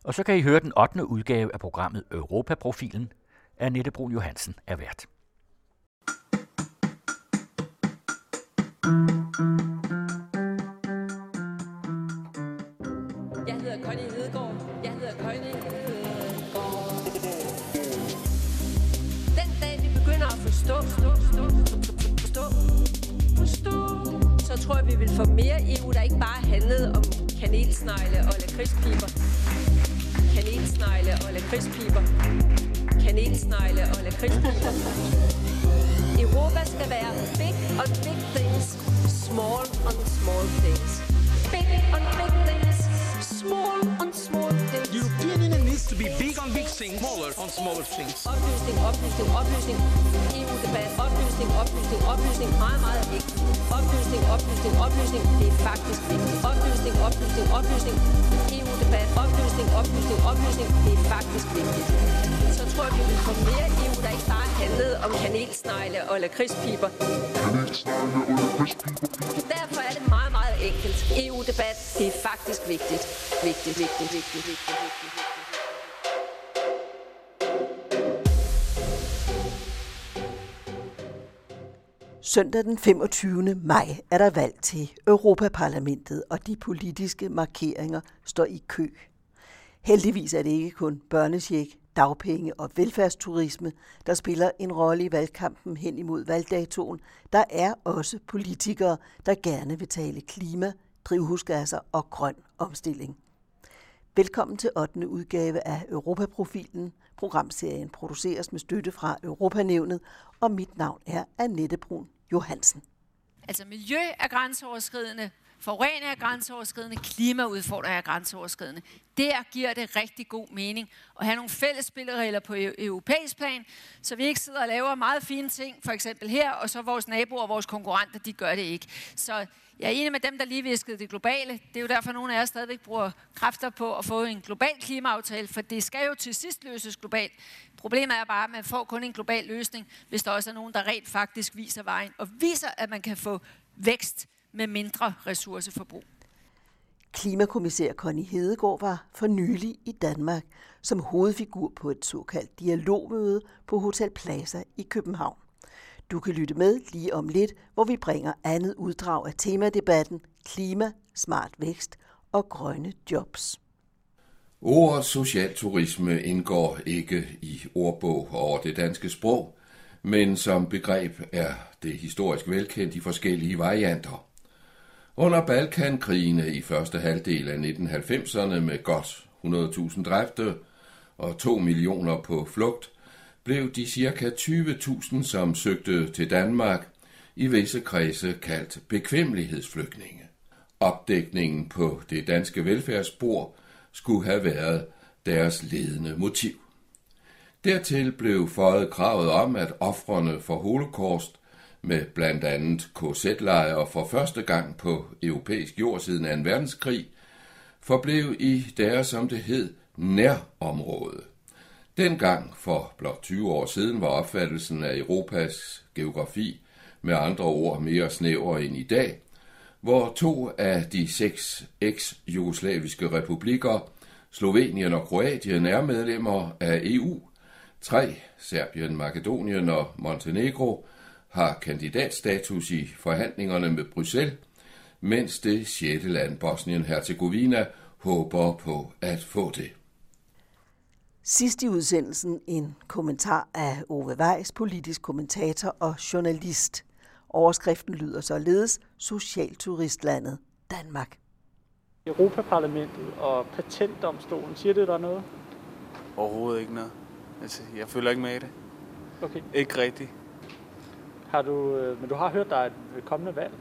Og så kan I høre den 8. udgave af programmet Europaprofilen. Annette Brun Johansen er vært. Jeg hedder Connie Hedegaard. Den dag vi begynder at forstå, så tror jeg vi vil få mere EU, der ikke bare handlede om kanelsnegle og lakridspiber. Europa skal være big on big things, small on small things. Big on big things, small on small things. European Union needs to be big on big things, smaller on smaller things. Oplysning. EU-debat. Oplysning. Meget, meget vigtigt. Oplysning. Det er faktisk vigtigt. Oplysning. EU-debat. Oplysning. Det er faktisk vigtigt. Så tror jeg, vi vil få mere EU, der ikke bare handlede om kanelsnegle og lakridspiber. Derfor er det meget, meget enkelt. EU-debat, det er faktisk vigtigt. Vigtigt. Søndag den 25. maj er der valg til Europaparlamentet, og de politiske markeringer står i kø. Heldigvis er det ikke kun børnecheck, dagpenge og velfærdsturisme, der spiller en rolle i valgkampen hen imod valgdatoen. Der er også politikere, der gerne vil tale klima, drivhusgasser og grøn omstilling. Velkommen til 8. udgave af Europaprofilen. Programserien produceres med støtte fra Europanævnet, og mit navn er Annette Brun Johansen. Altså miljø er grænseoverskridende, forurening er grænseoverskridende, klimaudfordringer er grænseoverskridende. Der giver det rigtig god mening at have nogle fælles spilleregler på europæisk plan, så vi ikke sidder og laver meget fine ting, for eksempel her, og så vores naboer og vores konkurrenter, de gør det ikke. Så jeg er enig med dem, der lige viskede det globale. Det er jo derfor, nogle af os stadigvæk bruger kræfter på at få en global klimaaftale, for det skal jo til sidst løses globalt. Problemet er bare, at man får kun en global løsning, hvis der også er nogen, der rent faktisk viser vejen, og viser, at man kan få vækst med mindre ressourceforbrug. Klimakommissær Connie Hedegaard var for nylig i Danmark som hovedfigur på et såkaldt dialogmøde på Hotel Plaza i København. Du kan lytte med lige om lidt, hvor vi bringer andet uddrag af temadebatten klima, smart vækst og grønne jobs. Ordet social turisme indgår ikke i ordbog over det danske sprog, men som begreb er det historisk velkendt i forskellige varianter. Under Balkankrigene i første halvdel af 1990'erne med godt 100.000 dræbte og 2 millioner på flugt, blev de ca. 20.000, som søgte til Danmark, i visse kredse kaldt bekvemmelighedsflygtninge. Opdækningen på det danske velfærdsspor skulle have været deres ledende motiv. Dertil blev føjet kravet om, at ofrene for Holocaust med blandt andet KZ-lejre for første gang på europæisk jord siden 2. verdenskrig, forblev i deres, som det hed, nærområde. Dengang for blot 20 år siden var opfattelsen af Europas geografi med andre ord mere snæver end i dag, hvor 2 af de 6 eks-jugoslaviske republikker, Slovenien og Kroatien, er medlemmer af EU. 3, Serbien, Makedonien og Montenegro, har kandidatstatus i forhandlingerne med Bruxelles, mens det 6. land, Bosnien-Herzegovina, håber på at få det. Sidst i udsendelsen en kommentar af Ove Weiss, politisk kommentator og journalist. Overskriften lyder således: Socialturistlandet Danmark. Europaparlamentet og patentdomstolen, siger det der noget? Overhovedet ikke noget. Altså, jeg følger ikke med i det. Okay. Ikke rigtigt. Men du har hørt, der er et kommende valg?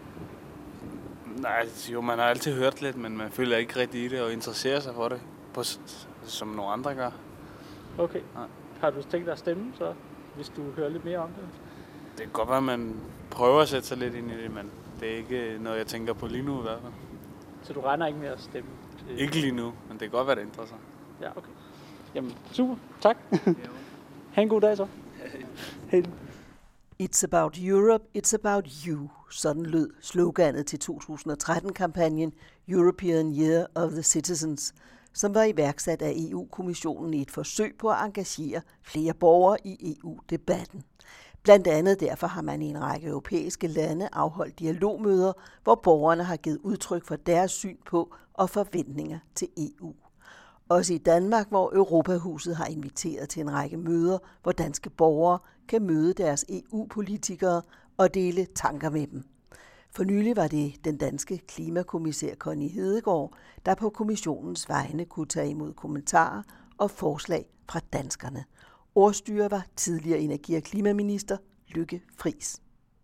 Nej, jo, man har altid hørt lidt, men man føler ikke rigtig i det og interesserer sig for det, som nogle andre gør. Okay. Nej. Har du tænkt dig at stemme så, hvis du hører lidt mere om det? Det kan godt være, at man prøver at sætte sig lidt ind i det, men det er ikke noget, jeg tænker på lige nu i hvert fald. Så du regner ikke med at stemme? Ikke lige nu, men det kan godt være, det ændrer sig. Ja, okay. Jamen, super. Tak. Ha' en god dag så. Hej. It's about Europe, it's about you. Sådan lød sloganet til 2013-kampagnen European Year of the Citizens, som var iværksat af EU-kommissionen i et forsøg på at engagere flere borgere i EU-debatten. Blandt andet derfor har man i en række europæiske lande afholdt dialogmøder, hvor borgerne har givet udtryk for deres syn på og forventninger til EU. Også i Danmark, hvor Europahuset har inviteret til en række møder, hvor danske borgere kan møde deres EU-politikere og dele tanker med dem. For nylig var det den danske klimakommissær Connie Hedegaard, der på kommissionens vegne kunne tage imod kommentarer og forslag fra danskerne. Ordstyrer var tidligere energi- og klimaminister Lykke Friis.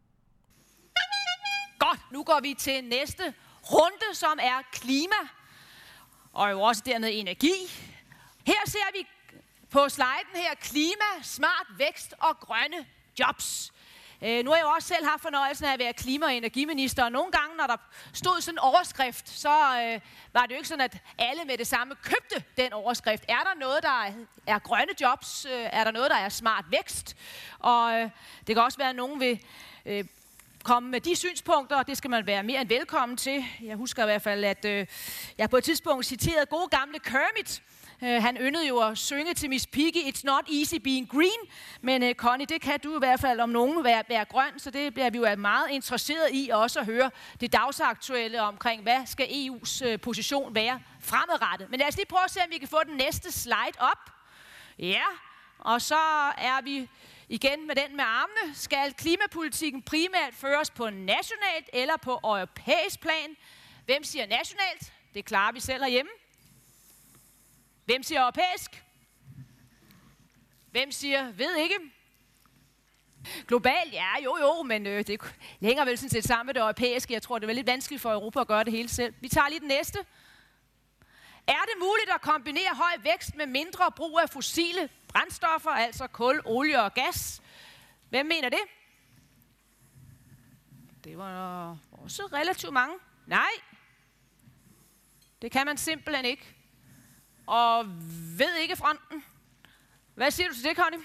Godt, nu går vi til næste runde, som er klima, og jo også dermed energi. Her ser vi på sliden her klima, smart vækst og grønne jobs. Nu har jeg jo også selv haft fornøjelsen af at være klima- og energiminister, og nogle gange, når der stod sådan en overskrift, så var det jo ikke sådan, at alle med det samme købte den overskrift. Er der noget, der er grønne jobs? Er der noget, der er smart vækst? Og det kan også være, at nogen vil komme med de synspunkter, og det skal man være mere end velkommen til. Jeg husker i hvert fald, at jeg på et tidspunkt citerede gode gamle Kermit. Han yndede jo at synge til Miss Piggy, "It's not easy being green", men Connie, det kan du i hvert fald om nogen være grøn, så det bliver vi jo meget interesseret i også at høre det dagsaktuelle omkring, hvad skal EU's position være fremadrettet. Men lad os lige prøve at se, om vi kan få den næste slide op. Ja, og så er vi igen med den med armene. Skal klimapolitikken primært føres på nationalt eller på europæisk plan? Hvem siger nationalt? Det klarer vi selv herhjemme. Hvem siger europæisk? Hvem siger ved ikke? Globalt? Ja, jo, men det hænger vel sådan set sammen med det europæiske. Jeg tror, det er lidt vanskeligt for Europa at gøre det hele selv. Vi tager lige den næste. Er det muligt at kombinere høj vækst med mindre brug af fossile brændstoffer, altså kul, olie og gas? Hvem mener det? Det var også relativt mange. Nej, det kan man simpelthen ikke. Og ved ikke fronten. Hvad siger du til det, Connie?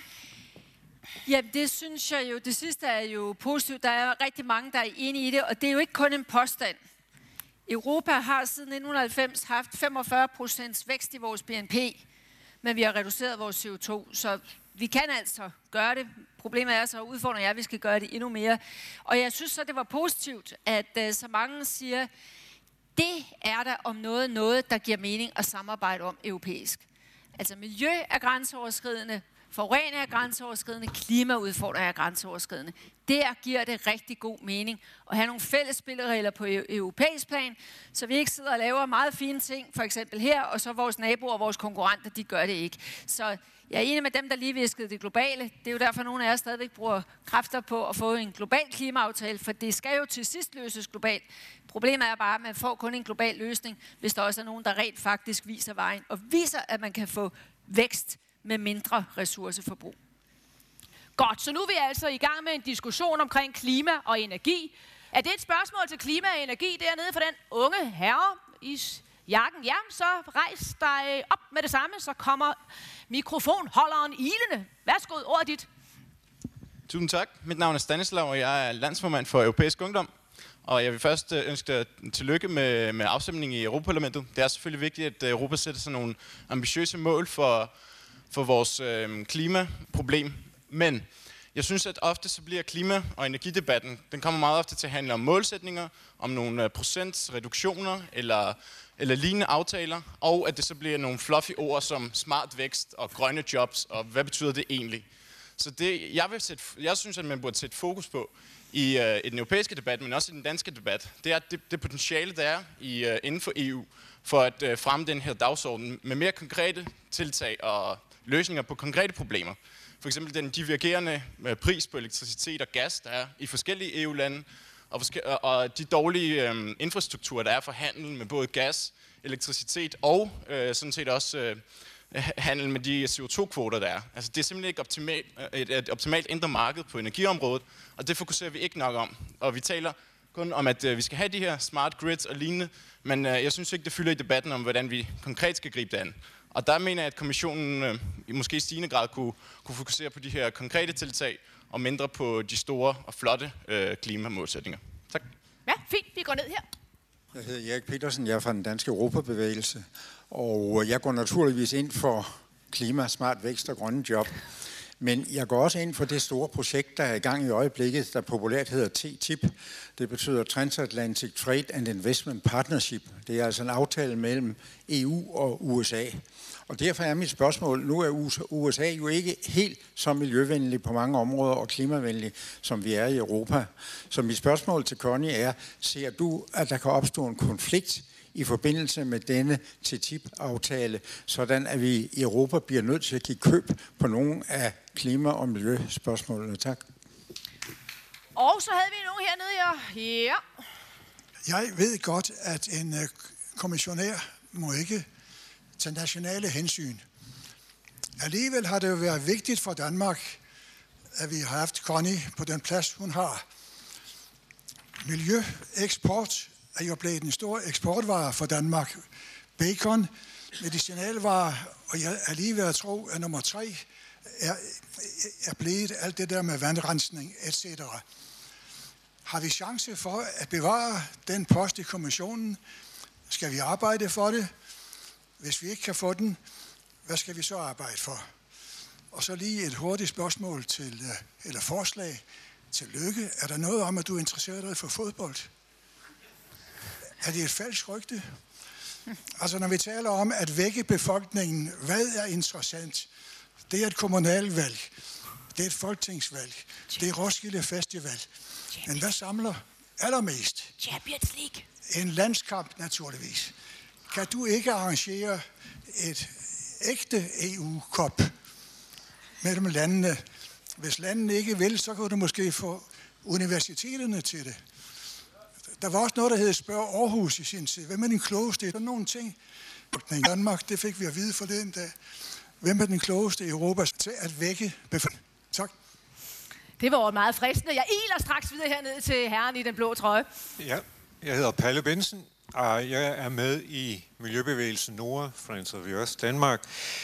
Ja, det synes jeg jo. Det sidste er jo positivt. Der er rigtig mange, der er enige i det, og det er jo ikke kun en påstand. Europa har siden 1990 haft 45% vækst i vores BNP, men vi har reduceret vores CO2, så vi kan altså gøre det. Problemet er så, at udfordringen er, at vi skal gøre det endnu mere. Og jeg synes så, det var positivt, at så mange siger, det er der om noget, der giver mening at samarbejde om europæisk. Altså miljø er grænseoverskridende, forurening er grænseoverskridende, klimaudfordringer er grænseoverskridende. Der giver det rigtig god mening at have nogle fælles spilleregler på europæisk plan, så vi ikke sidder og laver meget fine ting, for eksempel her, og så vores naboer og vores konkurrenter, de gør det ikke. Så jeg er enig med dem, der lige viskede det globale. Det er jo derfor, nogle af jer stadigvæk bruger kræfter på at få en global klimaaftale, for det skal jo til sidst løses globalt. Problemet er bare, at man får kun en global løsning, hvis der også er nogen, der rent faktisk viser vejen, og viser, at man kan få vækst med mindre ressourceforbrug. Godt, så nu er vi altså i gang med en diskussion omkring klima og energi. Er det et spørgsmål til klima og energi dernede for den unge herre i jakken? Ja, så rejs dig op med det samme, så kommer mikrofonholderen ilende. Værsgo, ordet dit. Tusind tak. Mit navn er Stanislav, og jeg er landsformand for Europæisk Ungdom. Og jeg vil først ønske dig tillykke med afstemningen i Europaparlamentet. Det er selvfølgelig vigtigt, at Europa sætter sig nogle ambitiøse mål for vores klimaproblem. Men jeg synes, at ofte så bliver klima- og energidebatten, den kommer meget ofte til at handle om målsætninger, om nogle procentreduktioner eller lignende aftaler, og at det så bliver nogle fluffy ord som smart vækst og grønne jobs, og hvad betyder det egentlig? Så det, jeg synes, at man burde sætte fokus på i den europæiske debat, men også i den danske debat, det er det potentiale, der er inden for EU, for at fremme den her dagsorden med mere konkrete tiltag og løsninger på konkrete problemer. For eksempel den divergerende pris på elektricitet og gas, der er i forskellige EU-lande, og de dårlige infrastrukturer, der er for handel med både gas, elektricitet og sådan set også handel med de CO2-kvoter, der er. Altså, det er simpelthen ikke et optimalt indre marked på energiområdet, og det fokuserer vi ikke nok om. Og vi taler kun om, at vi skal have de her smart grids og lignende, men jeg synes ikke, det fylder i debatten om, hvordan vi konkret skal gribe det an. Og der mener jeg, at kommissionen måske i stigende grad kunne fokusere på de her konkrete tiltag, og mindre på de store og flotte klimamålsætninger. Tak. Ja, fint. Vi går ned her. Jeg hedder Erik Petersen, jeg er fra den danske Europabevægelse, og jeg går naturligvis ind for klima, smart vækst og grønne job. Men jeg går også ind for det store projekt, der er i gang i øjeblikket, der populært hedder TTIP. Det betyder Transatlantic Trade and Investment Partnership. Det er altså en aftale mellem EU og USA. Og derfor er mit spørgsmål, nu er USA jo ikke helt så miljøvenlig på mange områder og klimavenlig, som vi er i Europa. Så mit spørgsmål til Connie er, ser du, at der kan opstå en konflikt i forbindelse med denne TTIP-aftale, sådan at vi i Europa bliver nødt til at give køb på nogle af klima- og miljøspørgsmålene? Tak. Og så havde vi nogen hernede, ja. Jeg ved godt, at en kommissionær må ikke tage nationale hensyn. Alligevel har det jo været vigtigt for Danmark, at vi har haft Connie på den plads, hun har. Miljøeksport er jo blevet en stor eksportvare for Danmark. Bacon, medicinalvarer, og jeg alligevel tror, at nummer 3 er blevet alt det der med vandrensning, etc. Har vi chance for at bevare den post i kommissionen? Skal vi arbejde for det? Hvis vi ikke kan få den, hvad skal vi så arbejde for? Og så lige et hurtigt spørgsmål til, eller forslag til Løkke. Er der noget om, at du interesserer dig for fodbold? Er det et falsk rygte? Altså når vi taler om at vække befolkningen, hvad er interessant? Det er et kommunalvalg. Det er et folketingsvalg. Det er Roskilde Festival. Men hvad samler allermest? Champions League. En landskamp naturligvis. Kan du ikke arrangere et ægte EU-kop mellem landene? Hvis landene ikke vil, så kan du måske få universiteterne til det. Der var også noget, der hed Spørg Aarhus i sin tid. Hvem er den klogeste? Der er nogle ting. I Danmark, det fik vi at vide forleden dag. Hvem er den klogeste i Europa til at vække befolkningen? Tak. Det var meget fristende. Jeg iler straks videre herned til herren i den blå trøje. Ja, jeg hedder Palle Bensen, og jeg er med i Miljøbevægelsen Nord, Friends of the Earth Danmark.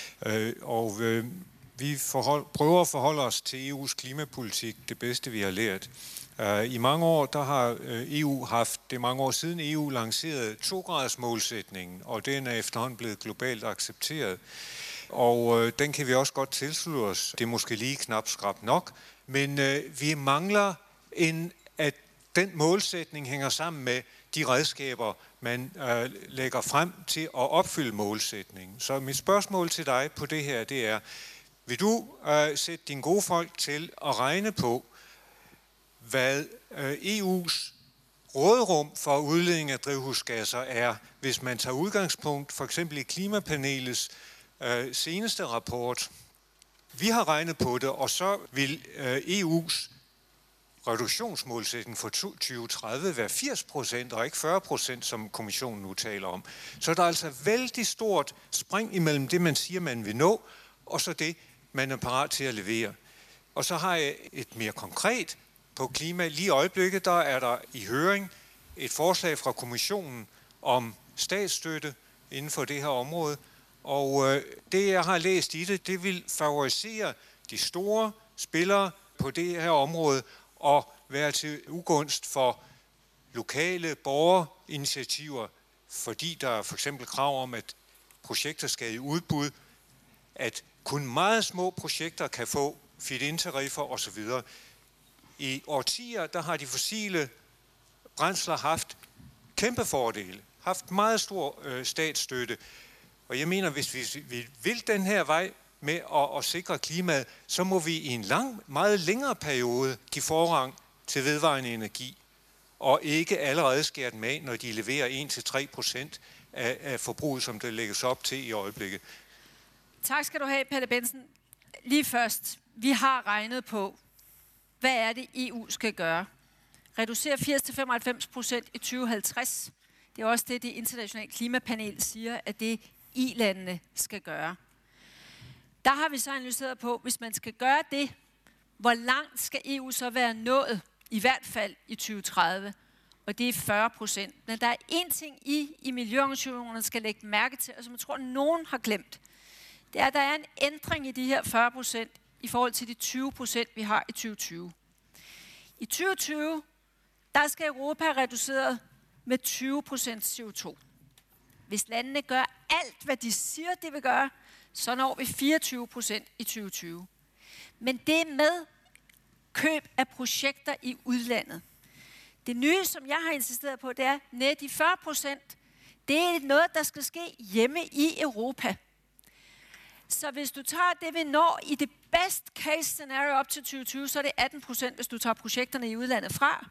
Vi prøver at forholde os til EU's klimapolitik, det bedste vi har lært. I mange år, der har EU haft, det er mange år siden EU lancerede 2-graders målsætningen, og den er efterhånden blevet globalt accepteret. Og den kan vi også godt tilslutte os. Det er måske lige knap skrab nok, men vi mangler at den målsætning hænger sammen med de redskaber, man lægger frem til at opfylde målsætningen. Så mit spørgsmål til dig på det her, det er, vil du sætte dine gode folk til at regne på, hvad EU's råderum for udledning af drivhusgasser er, hvis man tager udgangspunkt for eksempel i Klimapanelets seneste rapport. Vi har regnet på det, og så vil EU's reduktionsmålsætning for 2030 være 80% og ikke 40%, som kommissionen nu taler om. Så der er altså vældig stort spring imellem det, man siger, man vil nå, og så det, man er parat til at levere. Og så har jeg et mere konkret på klima. Lige i øjeblikket, der er der i høring et forslag fra kommissionen om statsstøtte inden for det her område. Og det, jeg har læst i det, det vil favorisere de store spillere på det her område og være til ugunst for lokale borgerinitiativer, fordi der er for eksempel krav om, at projekter skal i udbud, at kun meget små projekter kan få feed-in-tariffer osv. I årtier, der har de fossile brændsler haft kæmpe fordele, haft meget stor statsstøtte. Og jeg mener, hvis vi vil den her vej med at sikre klimaet, så må vi i en meget længere periode give forrang til vedvarende energi, og ikke allerede skære dem af, når de leverer 1-3% af forbruget, som det lægges op til i øjeblikket. Tak skal du have, Palle Bensen. Lige først, vi har regnet på, hvad er det EU skal gøre? Reducere 80-95% i 2050. Det er også det internationale klimapanel siger, at det i-landene skal gøre. Der har vi så analyseret på, hvis man skal gøre det, hvor langt skal EU så være nået, i hvert fald i 2030, og det er 40%. Men der er én ting i miljøorganisationerne, skal lægge mærke til, og som jeg tror, nogen har glemt. Det er, at der er en ændring i de her 40% i forhold til de 20%, vi har i 2020. I 2020, der skal Europa have reduceret med 20% CO2. Hvis landene gør alt, hvad de siger, de vil gøre, så når vi 24% i 2020. Men det er med køb af projekter i udlandet. Det nye, som jeg har insisteret på, det er, at de 40%, det er noget, der skal ske hjemme i Europa. Så hvis du tager det, vi når i det best case scenario op til 2020, så er det 18%, hvis du tager projekterne i udlandet fra.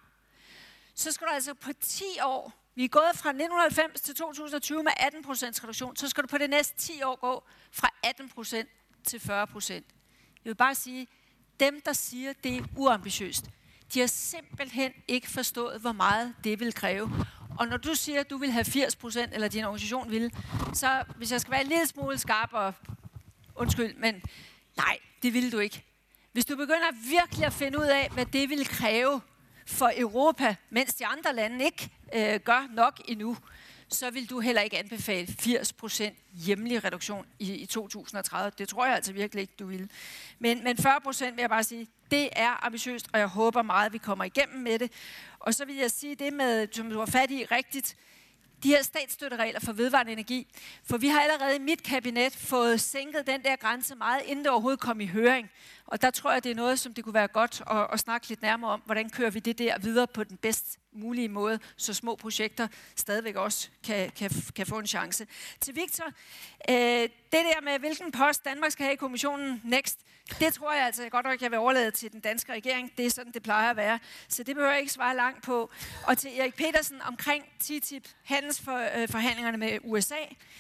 Så skal du altså på 10 år, vi er gået fra 1990 til 2020 med 18% reduktion, så skal du på det næste 10 år gå fra 18% til 40%. Jeg vil bare sige, dem der siger, det er uambitiøst, de har simpelthen ikke forstået, hvor meget det vil kræve. Og når du siger, at du vil have 80%, eller din organisation vil, så hvis jeg skal være en lille smule skarp og undskyld, men nej, det vil du ikke. Hvis du begynder virkelig at finde ud af, hvad det vil kræve for Europa, mens de andre lande ikke gør nok endnu, så vil du heller ikke anbefale 80% hjemlig reduktion i 2030. Det tror jeg altså virkelig ikke, du vil. Men 40% vil jeg bare sige, det er ambitiøst, og jeg håber meget, at vi kommer igennem med det. Og så vil jeg sige det med, som du har fat i rigtigt, de her statsstøtteregler for vedvarende energi. For vi har allerede i mit kabinet fået sænket den der grænse meget, inden det overhovedet kom i høring. Og der tror jeg, det er noget, som det kunne være godt at snakke lidt nærmere om. Hvordan kører vi det der videre på den bedst mulige måde, så små projekter stadigvæk også kan få en chance. Til Victor, det der med, hvilken post Danmark skal have i kommissionen next, det tror jeg altså godt nok, jeg vil overlade til den danske regering. Det er sådan, det plejer at være. Så det behøver jeg ikke svare langt på. Og til Erik Petersen omkring TTIP, handelsforhandlingerne med USA,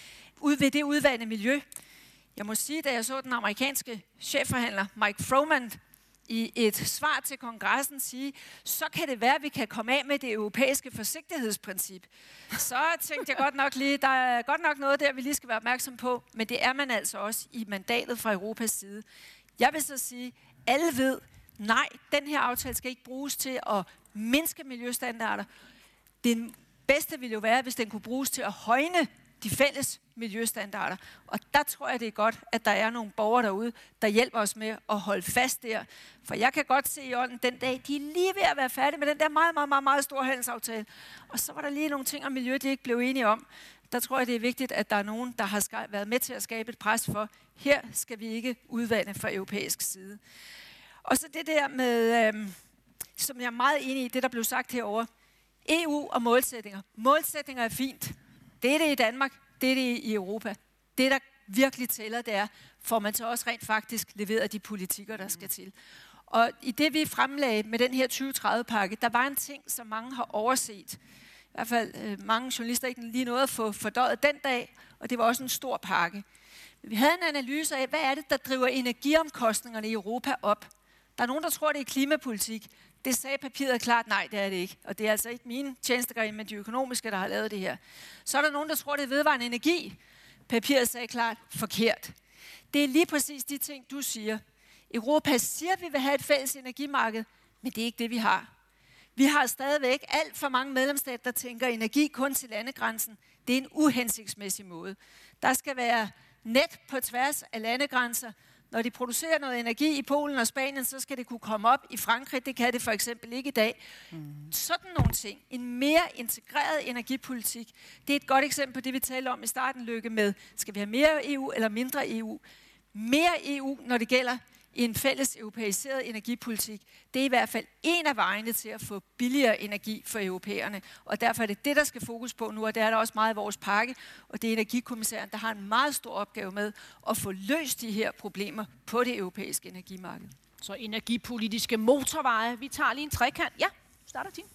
ved det udvalgte miljø. Jeg må sige, da jeg så den amerikanske chefforhandler Mike Froman i et svar til kongressen sige, så kan det være, at vi kan komme af med det europæiske forsigtighedsprincip. Så tænkte jeg godt nok lige, der er godt nok noget der, vi lige skal være opmærksom på, men det er man altså også i mandatet fra Europas side. Jeg vil så sige, alle ved, nej, den her aftale skal ikke bruges til at mindske miljøstandarder. Det bedste ville jo være, hvis den kunne bruges til at højne de fælles miljøstandarder. Og der tror jeg, det er godt, at der er nogle borgere derude, der hjælper os med at holde fast der. For jeg kan godt se i ånden den dag, de er lige ved at være færdige med den der meget, meget, meget, meget store handelsaftale. Og så var der lige nogle ting om miljø, de ikke blev enige om. Der tror jeg, det er vigtigt, at der er nogen, der har været med til at skabe et pres for, her skal vi ikke udvande fra europæisk side. Og så det der med, som jeg er meget enig i, det der blev sagt herovre, EU og målsætninger. Målsætninger er fint. Det er det i Danmark, det er det i Europa. Det, der virkelig tæller, det er, får man så også rent faktisk leveret de politikker, der skal til. Og i det, vi fremlagde med den her 2030-pakke, der var en ting, som mange har overset. I hvert fald mange journalister ikke lige nåede at få fordøjet den dag, og det var også en stor pakke. Vi havde en analyse af, hvad er det, der driver energiomkostningerne i Europa op. Der er nogen, der tror, det er klimapolitik. Det sagde papiret klart, nej, det er det ikke. Og det er altså ikke mine tjenestegrene, men de økonomiske, der har lavet det her. Så er der nogen, der tror, det er vedvarende energi. Papiret sagde klart, forkert. Det er lige præcis de ting, du siger. Europa siger, at vi vil have et fælles energimarked, men det er ikke det, vi har. Vi har stadigvæk alt for mange medlemsstater, der tænker energi kun til landegrænsen. Det er en uhensigtsmæssig måde. Der skal være net på tværs af landegrænser. Når de producerer noget energi i Polen og Spanien, så skal det kunne komme op i Frankrig. Det kan det for eksempel ikke i dag. Sådan nogle ting. En mere integreret energipolitik. Det er et godt eksempel på det, vi talte om i starten, Lykke, med, skal vi have mere EU eller mindre EU? Mere EU, når det gælder en fælles europæiseret energipolitik. Det er i hvert fald en af vejene til at få billigere energi for europæerne. Og derfor er det det, der skal fokus på nu, og det er der også meget i vores pakke. Og det er energikommissæren, der har en meget stor opgave med at få løst de her problemer på det europæiske energimarked. Så energipolitiske motorveje. Vi tager lige en trekant. Ja, starter Tine.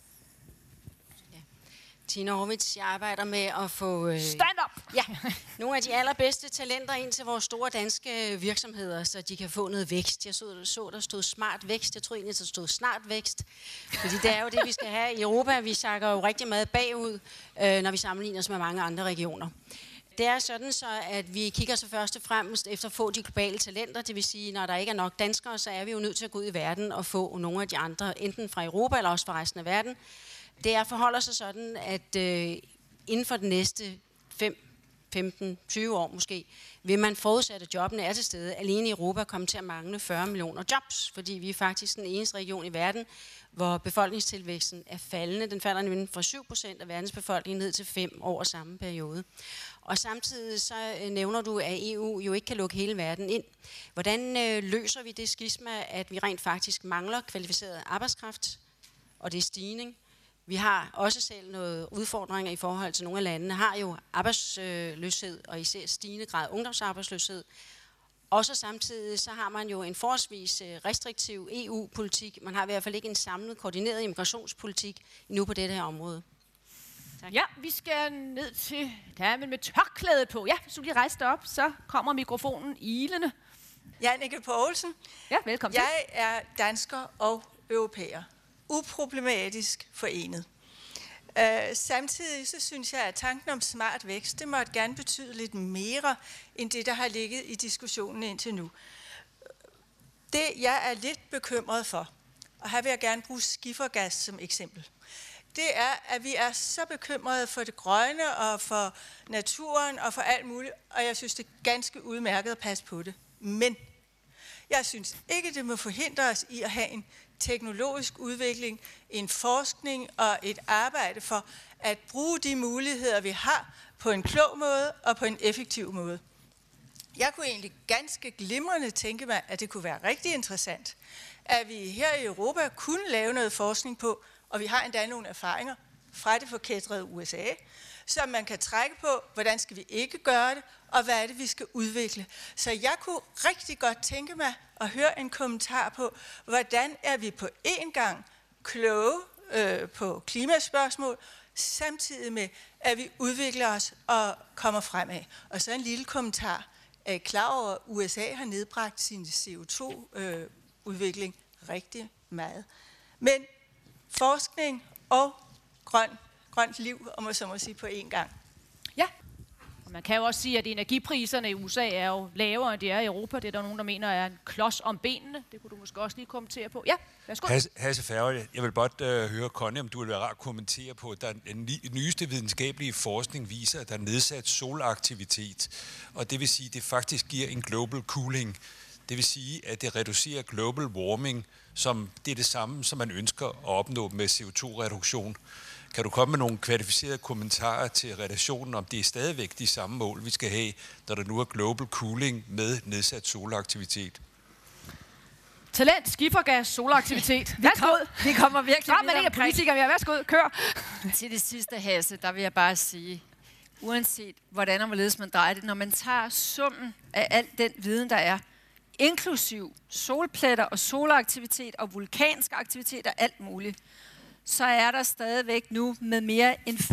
Tina Horvitz, jeg arbejder med at få Stand up! Ja, nogle af de allerbedste talenter ind til vores store danske virksomheder, så de kan få noget vækst. Jeg så der stod smart vækst. Jeg tror egentlig, der stod snart vækst. Fordi det er jo det, vi skal have i Europa. Vi sakker jo rigtig meget bagud, når vi sammenligner os med mange andre regioner. Det er sådan så, at vi kigger så først og fremmest efter at få de globale talenter. Det vil sige, når der ikke er nok danskere, så er vi jo nødt til at gå ud i verden og få nogle af de andre, enten fra Europa eller også fra resten af verden. Det forholder sig sådan, at inden for den næste 15-20 år måske, vil man forudsætte, at jobbene er til stede. Alene i Europa kommer til at mangle 40 millioner jobs, fordi vi er faktisk den eneste region i verden, hvor befolkningstilvæksten er faldende. Den falder nemlig fra 7% af verdens befolkning ned til 5 over samme periode. Og samtidig så nævner du, at EU jo ikke kan lukke hele verden ind. Hvordan løser vi det skisma, at vi rent faktisk mangler kvalificeret arbejdskraft, og det er stigning? Vi har også selv noget udfordringer i forhold til nogle af landene, har jo arbejdsløshed, og især stigende grad ungdomsarbejdsløshed. Og så samtidig så har man jo en forholdsvis restriktiv EU-politik. Man har i hvert fald ikke en samlet, koordineret immigrationspolitik endnu på dette her område. Tak. Ja, vi skal ned til damen med tørklædet på. Ja, hvis du lige rejser dig op, så kommer mikrofonen ilende. Jannicke Poulsen. Ja, velkommen til. Jeg er dansker og europæer. Uproblematisk forenet. Samtidig så synes jeg, at tanken om smart vækst, det måtte gerne betyde lidt mere, end det, der har ligget i diskussionen indtil nu. Det, jeg er lidt bekymret for, og her vil jeg gerne bruge skifergas som eksempel, det er, at vi er så bekymrede for det grønne og for naturen og for alt muligt, og jeg synes, det er ganske udmærket at passe på det. Men jeg synes ikke, det må forhindre os i at have en teknologisk udvikling, en forskning og et arbejde for at bruge de muligheder, vi har, på en klog måde og på en effektiv måde. Jeg kunne egentlig ganske glimrende tænke mig, at det kunne være rigtig interessant, at vi her i Europa kunne lave noget forskning på, og vi har endda nogle erfaringer fra det forkætrede USA, som man kan trække på, hvordan skal vi ikke gøre det, og hvad er det, vi skal udvikle. Så jeg kunne rigtig godt tænke mig at høre en kommentar på, hvordan er vi på en gang kloge på klimaspørgsmål, samtidig med, at vi udvikler os og kommer fremad. Og så en lille kommentar. Er I klar over, at USA har nedbragt sin CO2-udvikling rigtig meget? Men forskning og grønt liv, om man så må sige, på én gang. Ja, man kan jo også sige, at energipriserne i USA er jo lavere, end de er i Europa. Det er der nogen, der mener er en klods om benene. Det kunne du måske også lige kommentere på. Ja, værsgo. Hasse Færge, jeg vil godt høre Conny, om du vil være rar at kommentere på, at den nyeste videnskabelige forskning viser, at der er nedsat solaktivitet. Og det vil sige, at det faktisk giver en global cooling. Det vil sige, at det reducerer global warming, som det er det samme, som man ønsker at opnå med CO2-reduktion. Kan du komme med nogle kvalificerede kommentarer til relationen, om det er stadigvæk de samme mål, vi skal have, når der nu er global cooling med nedsat solaktivitet? Talent, skifergas, solaktivitet. Vi kommer virkelig videre omkring. Politikere, ja, værsgo, kør. Til det sidste, Hasse, der vil jeg bare sige, uanset hvordan og hvorledes man drejer det, når man tager summen af al den viden, der er, inklusiv solpletter og solaktivitet og vulkansk aktivitet og alt muligt, så er der stadigvæk nu med mere end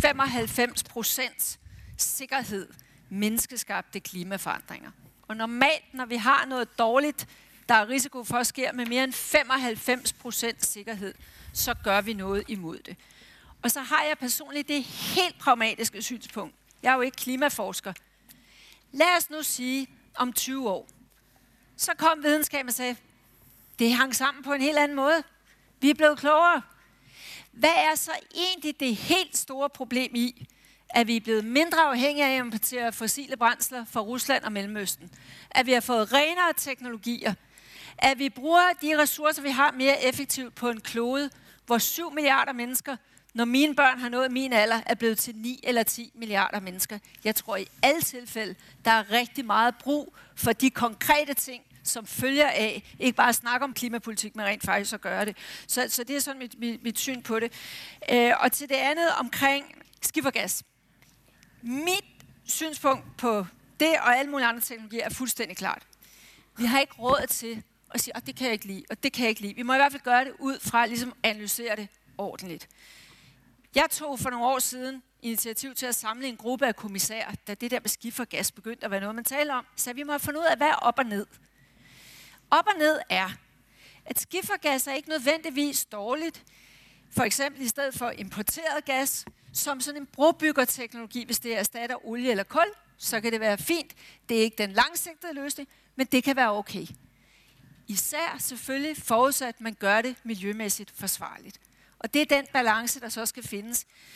95% sikkerhed menneskeskabte klimaforandringer. Og normalt, når vi har noget dårligt, der er risiko for at ske med mere end 95% sikkerhed, så gør vi noget imod det. Og så har jeg personligt det helt pragmatiske synspunkt. Jeg er jo ikke klimaforsker. Lad os nu sige, om 20 år, så kom videnskaben og sagde, det hang sammen på en helt anden måde. Vi er blevet klogere. Hvad er så egentlig det helt store problem i, at vi er blevet mindre afhængige af at importere fossile brændsler fra Rusland og Mellemøsten? At vi har fået renere teknologier? At vi bruger de ressourcer, vi har, mere effektivt på en klode, hvor 7 milliarder mennesker, når mine børn har nået min alder, er blevet til 9 eller 10 milliarder mennesker. Jeg tror i alle tilfælde, der er rigtig meget brug for de konkrete ting, som følger af, ikke bare at snakke om klimapolitik, men rent faktisk at gøre det. Så det er sådan mit syn på det. Og til det andet omkring skifergas. Mit synspunkt på det og alle mulige andre teknologier er fuldstændig klart. Vi har ikke råd til at sige, det kan jeg ikke lide, og det kan jeg ikke lide. Vi må i hvert fald gøre det ud fra ligesom at analysere det ordentligt. Jeg tog for nogle år siden initiativ til at samle en gruppe af kommissærer, da det der med skifergas begyndte at være noget, man taler om. Så vi må have fundet ud af, hvad er op og ned. Op og ned er, at skifergas er ikke nødvendigvis dårligt. For eksempel i stedet for importeret gas, som sådan en brobyggerteknologi, hvis det erstatter olie eller kul, så kan det være fint. Det er ikke den langsigtede løsning, men det kan være okay. Især selvfølgelig forudsat, at man gør det miljømæssigt forsvarligt. Og det er den balance, der så skal findes.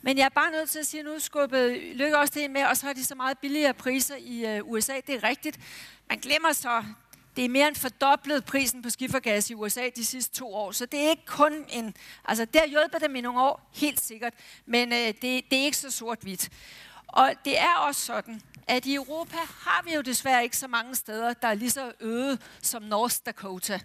Men jeg er bare nødt til at sige, at nu skubbede Løkke også det ind med, og så har de så meget billigere priser i USA. Det er rigtigt. Man glemmer så, det er mere end fordoblet prisen på skifergas i USA de sidste 2 år. Så det er ikke kun en... Altså, det har hjulpet dem i nogle år, helt sikkert. Men det er ikke så sort-hvidt. Og det er også sådan, at i Europa har vi jo desværre ikke så mange steder, der er lige så øde som North Dakota.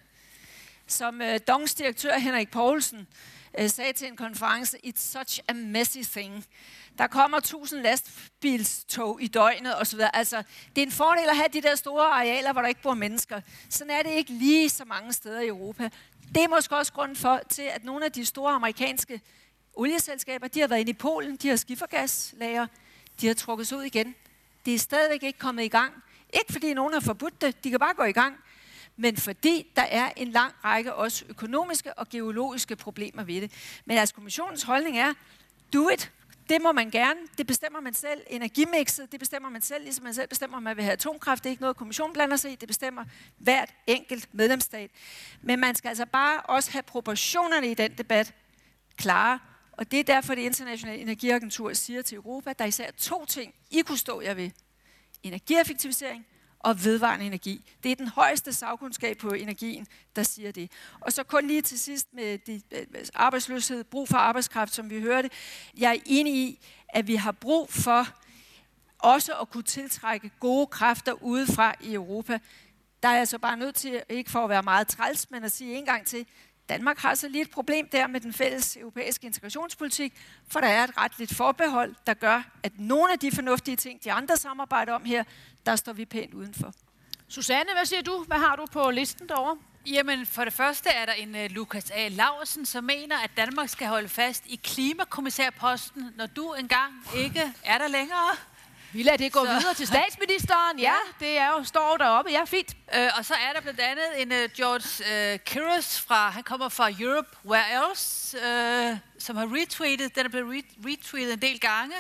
Som DONGs direktør Henrik Poulsen sagde til en konference, it's such a messy thing. Der kommer 1000 lastbilstog i døgnet osv. Altså, det er en fordel at have de der store arealer, hvor der ikke bor mennesker. Sådan er det ikke lige så mange steder i Europa. Det er måske også grunden til, at nogle af de store amerikanske olieselskaber, de har været inde i Polen, de har skifergaslager, de har trukket sig ud igen. Det er stadigvæk ikke kommet i gang. Ikke fordi nogen har forbudt det, de kan bare gå i gang. Men fordi der er en lang række også økonomiske og geologiske problemer ved det. Men altså kommissionens holdning er, do it. Det må man gerne. Det bestemmer man selv. Energimixet, det bestemmer man selv, ligesom man selv bestemmer, om man vil have atomkraft. Det er ikke noget, kommissionen blander sig i. Det bestemmer hvert enkelt medlemsstat. Men man skal altså bare også have proportionerne i den debat klare. Og det er derfor, det internationale energiagentur siger til Europa, at der er især 2 ting, I kunne stå jer ved. Energieffektivisering og vedvarende energi. Det er den højeste sagkundskab på energien, der siger det. Og så kun lige til sidst med arbejdsløshed, brug for arbejdskraft, som vi hørte. Jeg er enig i, at vi har brug for også at kunne tiltrække gode kræfter udefra i Europa. Der er altså bare nødt til, ikke for at være meget træls, men at sige en gang til, Danmark har så lige et problem der med den fælles europæiske integrationspolitik, for der er et retligt forbehold, der gør, at nogle af de fornuftige ting, de andre samarbejder om her, der står vi pænt udenfor. Susanne, hvad siger du? Hvad har du på listen derovre? Jamen, for det første er der en Lukas A. Laursen, som mener, at Danmark skal holde fast i klimakommissærposten, når du engang ikke er der længere. Vi lader det gå videre til statsministeren. Ja, det er jo, står deroppe. Ja, fint. Og så er der blandt andet en George Kiros han kommer fra Europe Where Else, som har retweetet. Den er blevet retweetet en del gange.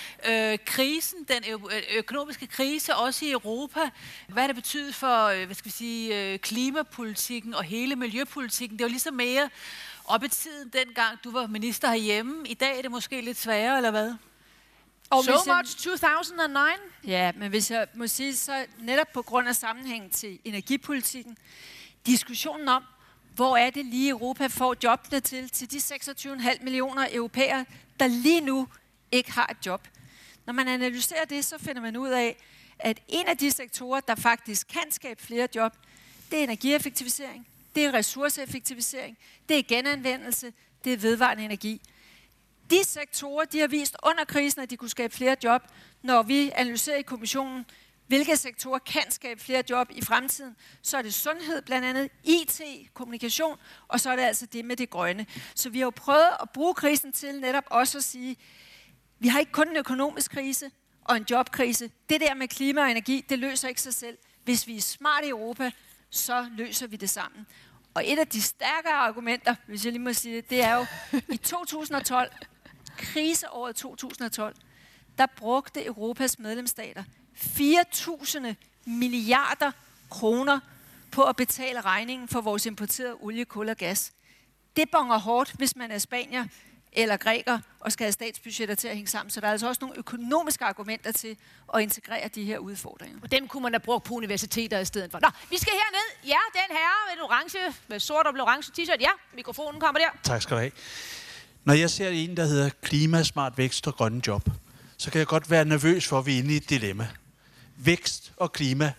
Krisen, den økonomiske krise, også i Europa. Hvad det betyder for, klimapolitikken og hele miljøpolitikken. Det var ligesom mere op i tiden, dengang du var minister herhjemme. I dag er det måske lidt sværere, eller hvad? So much 2009? Ja, men hvis jeg må sige, så netop på grund af sammenhængen til energipolitikken, diskussionen om, hvor er det lige Europa får jobbene til de 26,5 millioner europæere, der lige nu ikke har et job. Når man analyserer det, så finder man ud af, at en af de sektorer, der faktisk kan skabe flere job, det er energieffektivisering, det er ressourceeffektivisering, det er genanvendelse, det er vedvarende energi. De sektorer, de har vist under krisen, at de kunne skabe flere job. Når vi analyserer i kommissionen, hvilke sektorer kan skabe flere job i fremtiden, så er det sundhed, blandt andet IT, kommunikation, og så er det altså det med det grønne. Så vi har jo prøvet at bruge krisen til netop også at sige, vi har ikke kun en økonomisk krise og en jobkrise. Det der med klima og energi, det løser ikke sig selv. Hvis vi er smart i Europa, så løser vi det sammen. Og et af de stærkere argumenter, hvis jeg lige må sige det er jo, i 2012, kriseåret 2012, der brugte Europas medlemsstater 4.000 milliarder kroner på at betale regningen for vores importerede olie, kul og gas. Det bonger hårdt, hvis man er spanier eller græker og skal have statsbudgetter til at hænge sammen. Så der er altså også nogle økonomiske argumenter til at integrere de her udfordringer. Og dem kunne man da bruge på universiteter i stedet for. Nå, vi skal herned. Ja, den her med en orange, med sort og orange t-shirt. Ja, mikrofonen kommer der. Tak skal du have. Når jeg ser en, der hedder klima, smart vækst og grønne job, så kan jeg godt være nervøs for, at vi er inde i et dilemma. Vækst og klima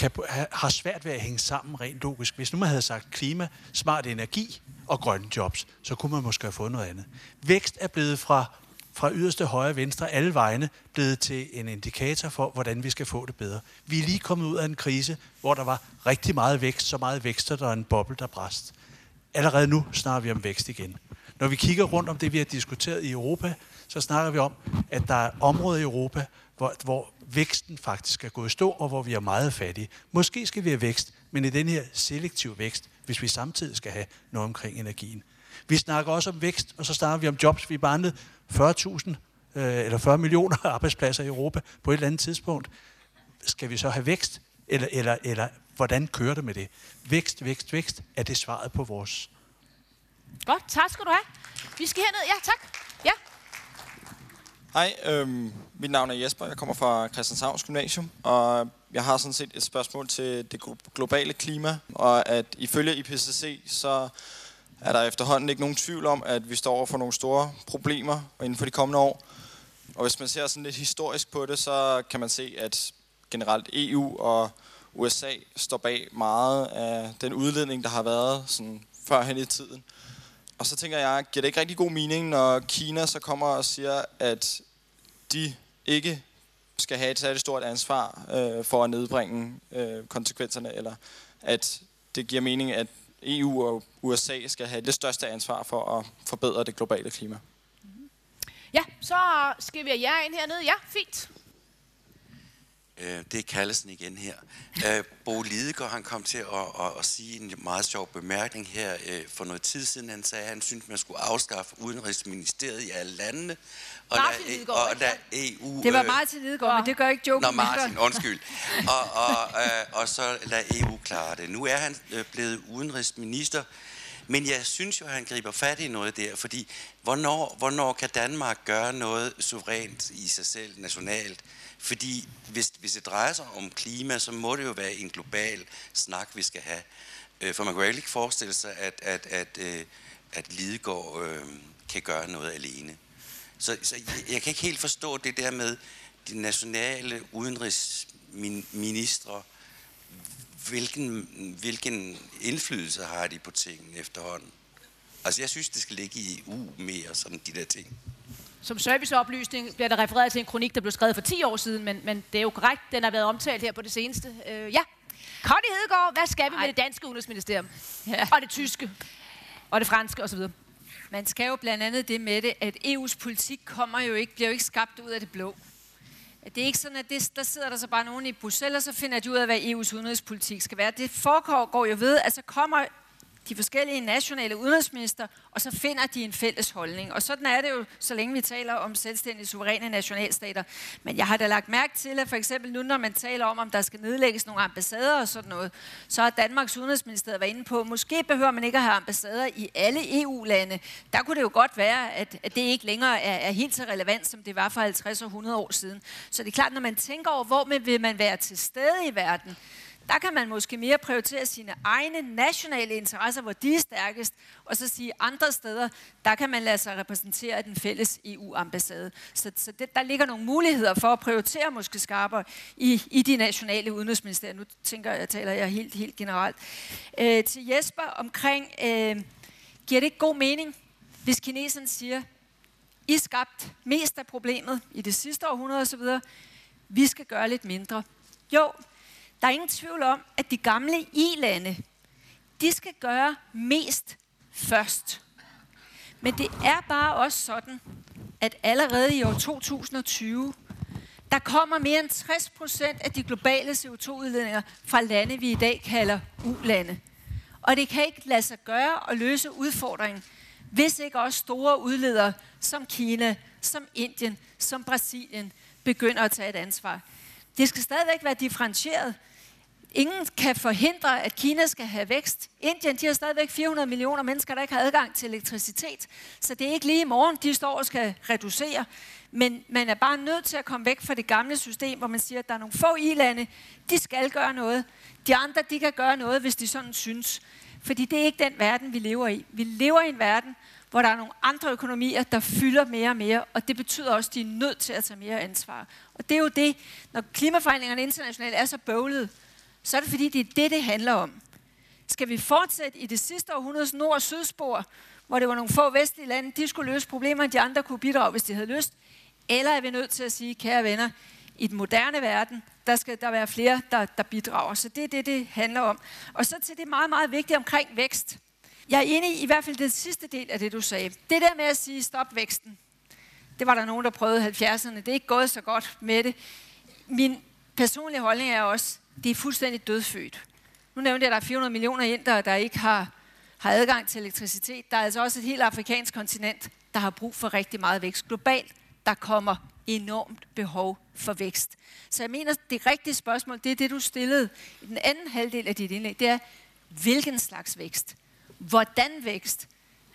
har svært ved at hænge sammen rent logisk. Hvis nu man havde sagt klima, smart energi og grønne jobs, så kunne man måske have fået noget andet. Vækst er blevet fra yderste højre venstre alle vegne blevet til en indikator for, hvordan vi skal få det bedre. Vi er lige kommet ud af en krise, hvor der var rigtig meget vækst, så meget vækst, at der er en boble, der brast. Allerede nu snakker vi om vækst igen. Når vi kigger rundt om det, vi har diskuteret i Europa, så snakker vi om, at der er områder i Europa, hvor væksten faktisk er gået i stå, og hvor vi er meget fattige. Måske skal vi have vækst, men i den her selektiv vækst, hvis vi samtidig skal have noget omkring energien. Vi snakker også om vækst, og så snakker vi om jobs. Vi bandede 40 millioner arbejdspladser i Europa på et eller andet tidspunkt. Skal vi så have vækst, eller hvordan kører det med det? Vækst er det svaret på vores. Godt, tak skal du have. Vi skal herned. Ja, tak. Ja. Hej, mit navn er Jesper, jeg kommer fra Christianshavns Gymnasium, og jeg har sådan set et spørgsmål til det globale klima, og at ifølge IPCC, så er der efterhånden ikke nogen tvivl om, at vi står over for nogle store problemer inden for de kommende år. Og hvis man ser sådan lidt historisk på det, så kan man se, at generelt EU og USA står bag meget af den udledning, der har været sådan førhen i tiden. Og så tænker jeg, giver det ikke rigtig god mening, når Kina så kommer og siger, at de ikke skal have et særligt stort ansvar for at nedbringe konsekvenserne, eller at det giver mening, at EU og USA skal have det største ansvar for at forbedre det globale klima. Ja, så skal vi have jer ind hernede. Ja, fint. Det er Kallesen igen her. Bo Lidegaard, han kom til at sige en meget sjov bemærkning her for noget tid siden. Han sagde, at han syntes, man skulle afskaffe Udenrigsministeriet i alle landene. Og lade EU... Det var Martin Lidegaard, men det gør ikke joken. Nå, Martin, undskyld. Og så lade EU klare det. Nu er han blevet udenrigsminister, men jeg synes jo, at han griber fat i noget der, fordi hvornår kan Danmark gøre noget suverænt i sig selv, nationalt? Fordi hvis det drejer sig om klima, så må det jo være en global snak, vi skal have. For man kan jo ikke forestille sig, at Lidegaard kan gøre noget alene. Så jeg kan ikke helt forstå det der med de nationale udenrigsministre. Hvilken indflydelse har de på tingene efterhånden? Altså jeg synes, det skal ligge i EU mere, sådan de der ting. Som serviceoplysning bliver der refereret til en kronik, der blev skrevet for 10 år siden, men det er jo korrekt, den har været omtalt her på det seneste. Ja, Connie Hedegaard, hvad skal vi med det danske udenrigsministerium? Ja. Og det tyske, og det franske osv.? Man skal jo blandt andet det med det, at EU's politik bliver jo ikke skabt ud af det blå. Det er ikke sådan, at der sidder der så bare nogen i Bruxelles, og så finder de ud af, hvad EU's udenrigspolitik skal være. Det foregår jo ved, at så kommer de forskellige nationale udenrigsminister, og så finder de en fælles holdning. Og sådan er det jo, så længe vi taler om selvstændige, suveræne nationalstater. Men jeg har da lagt mærke til, at for eksempel nu, når man taler om der skal nedlægges nogle ambassader og sådan noget, så har Danmarks udenrigsministeriet været inde på, måske behøver man ikke at have ambassader i alle EU-lande. Der kunne det jo godt være, at det ikke længere er helt så relevant, som det var for 50 og 100 år siden. Så det er klart, når man tænker over, hvor vil man være til stede i verden, der kan man måske mere prioritere sine egne nationale interesser, hvor de er stærkest, og så sige andre steder, der kan man lade sig repræsentere af den fælles EU-ambassade. Så der ligger nogle muligheder for at prioritere måske skarpere i de nationale udenrigsministerier. Nu taler jeg helt generelt. Til Jesper omkring, giver det ikke god mening, hvis kineserne siger, I skabt mest af problemet i det sidste århundrede osv., vi skal gøre lidt mindre. Jo, der er ingen tvivl om, at de gamle i-lande, de skal gøre mest først. Men det er bare også sådan, at allerede i år 2020, der kommer mere end 60% af de globale CO2-udledninger fra lande, vi i dag kalder u-lande. Og det kan ikke lade sig gøre at løse udfordringen, hvis ikke også store udledere som Kina, som Indien, som Brasilien begynder at tage et ansvar. Det skal stadigvæk være differentieret. Ingen kan forhindre, at Kina skal have vækst. Indien, de har stadigvæk 400 millioner mennesker, der ikke har adgang til elektricitet. Så det er ikke lige i morgen, de står og skal reducere. Men man er bare nødt til at komme væk fra det gamle system, hvor man siger, at der er nogle få i-lande, de skal gøre noget. De andre, de kan gøre noget, hvis de sådan synes. Fordi det er ikke den verden, vi lever i. Vi lever i en verden, hvor der er nogle andre økonomier, der fylder mere og mere, og det betyder også, at de er nødt til at tage mere ansvar. Og det er jo det, når klimaforhandlingerne internationalt er så bøvlede, så er det fordi, det er det handler om. Skal vi fortsætte i det sidste århundredes nord- og sydspor, hvor det var nogle få vestlige lande, de skulle løse problemer, de andre kunne bidrage, hvis de havde lyst? Eller er vi nødt til at sige, kære venner, i den moderne verden, der skal der være flere, der bidrager. Så det er det handler om. Og så til det meget, meget vigtige omkring vækst. Jeg er enig i hvert fald den sidste del af det, du sagde. Det der med at sige, stop væksten. Det var der nogen, der prøvede i 70'erne. Det er ikke gået så godt med det. Min personlige holdning er også, det er fuldstændig dødfødt. Nu nævnte jeg, at der er 400 millioner indere, der ikke har adgang til elektricitet. Der er altså også et helt afrikansk kontinent, der har brug for rigtig meget vækst. Globalt, der kommer enormt behov for vækst. Så jeg mener, det rigtige spørgsmål, det er det, du stillede i den anden halvdel af dit indlæg. Det er, hvilken slags vækst? Hvordan vækst?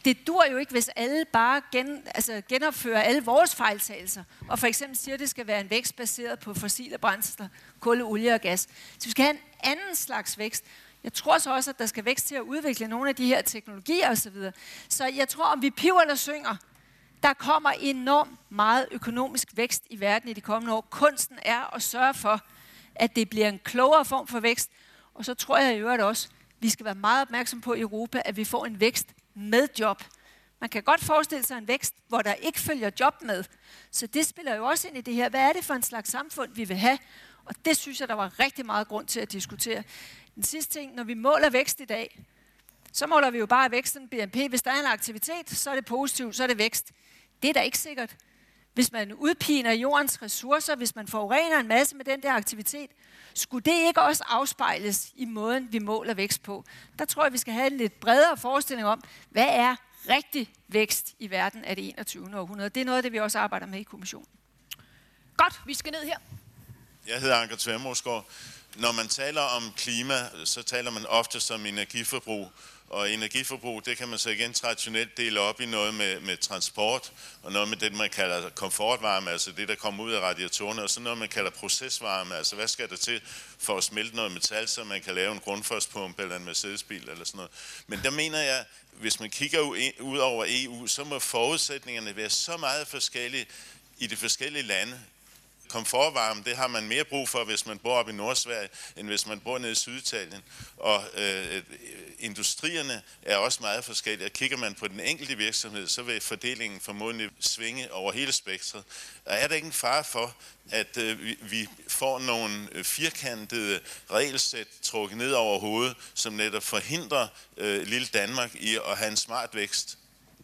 Det dur jo ikke, hvis alle bare genopfører alle vores fejltagelser, og for eksempel siger, at det skal være en vækst baseret på fossile brændsler, kul, olie og gas. Så vi skal have en anden slags vækst. Jeg tror så også, at der skal vækst til at udvikle nogle af de her teknologier osv. Så jeg tror, om vi piver eller synger, der kommer enormt meget økonomisk vækst i verden i de kommende år. Kunsten er at sørge for, at det bliver en klogere form for vækst. Og så tror jeg i øvrigt også, vi skal være meget opmærksom på i Europa, at vi får en vækst med job. Man kan godt forestille sig en vækst, hvor der ikke følger job med. Så det spiller jo også ind i det her. Hvad er det for en slags samfund, vi vil have? Og det synes jeg, der var rigtig meget grund til at diskutere. Den sidste ting, når vi måler vækst i dag, så måler vi jo bare væksten BNP. Hvis der er en aktivitet, så er det positivt, så er det vækst. Det er da ikke sikkert. Hvis man udpiner jordens ressourcer, hvis man forurener en masse med den der aktivitet, skulle det ikke også afspejles i måden, vi måler vækst på? Der tror jeg, vi skal have en lidt bredere forestilling om, hvad er rigtig vækst i verden af det 21. århundrede. Det er noget af det, vi også arbejder med i kommissionen. Godt, vi skal ned her. Jeg hedder Anker Tvermorsgaard. Når man taler om klima, så taler man ofte om energiforbrug. Og energiforbrug, det kan man så igen traditionelt dele op i noget med transport, og noget med det, man kalder komfortvarme, altså det, der kommer ud af radiatorerne, og så noget, man kalder procesvarme, altså hvad skal der til for at smelte noget metal, så man kan lave en grundforspumpe eller en Mercedes-bil eller sådan noget. Men der mener jeg, hvis man kigger ud over EU, så må forudsætningerne være så meget forskellige i de forskellige lande. Komfortvarme, det har man mere brug for, hvis man bor oppe i Nordsverige, end hvis man bor nede i Syditalien. Og industrierne er også meget forskellige. Og kigger man på den enkelte virksomhed, så vil fordelingen formodentlig svinge over hele spektret. Og er der ikke en fare for, at vi får nogle firkantede regelsæt trukket ned over hovedet, som netop forhindrer lille Danmark i at have en smart vækst?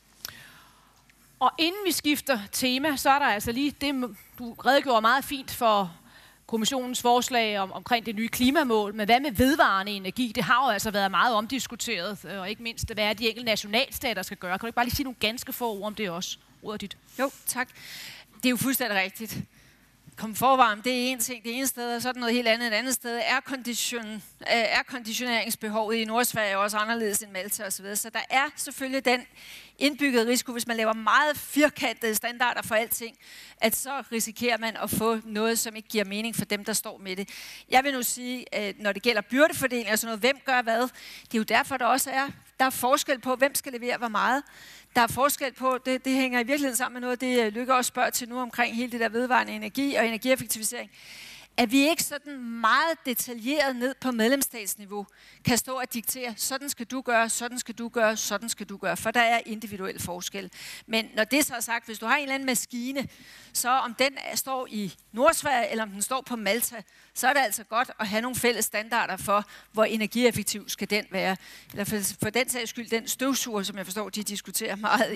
Og inden vi skifter tema, så er der altså lige det, du redegjorde meget fint for kommissionens forslag omkring det nye klimamål. Men hvad med vedvarende energi? Det har jo altså været meget omdiskuteret, og ikke mindst, hvad er de enkelte nationalstater skal gøre. Kan du ikke bare lige sige nogle ganske få ord om det også? Ordet dit. Jo, tak. Det er jo fuldstændig rigtigt. Komfortvarme, det er en ting det ene sted, og så er det noget helt andet et andet sted. Airconditioneringsbehovet i Nordsverige er også anderledes end Malta osv. Så der er selvfølgelig den indbyggede risiko, hvis man laver meget firkantede standarder for alting, at så risikerer man at få noget, som ikke giver mening for dem, der står med det. Jeg vil nu sige, at når det gælder byrdefordeling og sådan noget, hvem gør hvad, det er jo derfor, der er forskel på, hvem skal levere hvor meget. Der er forskel på, det hænger i virkeligheden sammen med noget, det Lykke også spørger til nu omkring hele det der vedvarende energi og energieffektivisering. At vi ikke sådan meget detaljeret ned på medlemsstatsniveau kan stå og diktere, sådan skal du gøre, sådan skal du gøre, sådan skal du gøre, for der er individuelle forskelle. Men når det så er sagt, hvis du har en eller anden maskine, så om den står i Nordsverige eller om den står på Malta, så er det altså godt at have nogle fælles standarder for, hvor energieffektiv skal den være. Eller for den sags skyld, den støvsuger, som jeg forstår, de diskuterer meget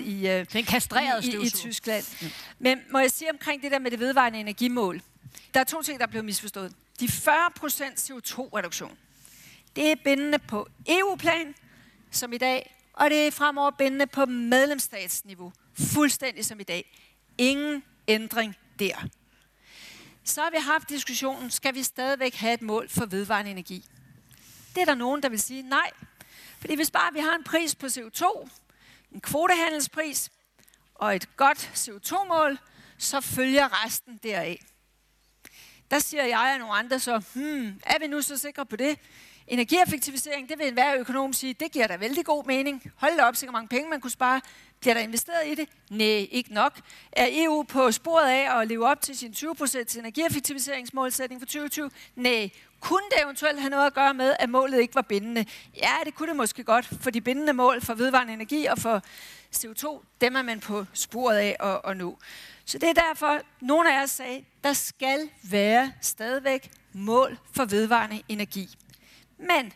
i Tyskland. Ja. Men må jeg sige omkring det der med det vedvarende energimål, der er to ting, der er blevet misforstået. De 40% CO2-reduktion, det er bindende på EU-plan, som i dag, og det er fremover bindende på medlemsstatsniveau, fuldstændig som i dag. Ingen ændring der. Så har vi haft diskussionen, skal vi stadigvæk have et mål for vedvarende energi? Det er der nogen, der vil sige nej. Fordi hvis bare vi har en pris på CO2, en kvotehandelspris og et godt CO2-mål, så følger resten deraf. Der siger jeg og nogle andre så, er vi nu så sikre på det? Energieffektivisering, det vil enhver økonom sige, det giver da vældig god mening. Hold da op, så mange penge man kunne spare. Bliver der investeret i det? Nej, ikke nok. Er EU på sporet af at leve op til sin 20% energieffektiviseringsmålsætning for 2020? Nej. Kunne det eventuelt have noget at gøre med, at målet ikke var bindende? Ja, det kunne det måske godt, for de bindende mål for vedvarende energi og for CO2, dem er man på sporet af at nå. Så det er derfor, nogle af os sagde, der skal være stadigvæk mål for vedvarende energi. Men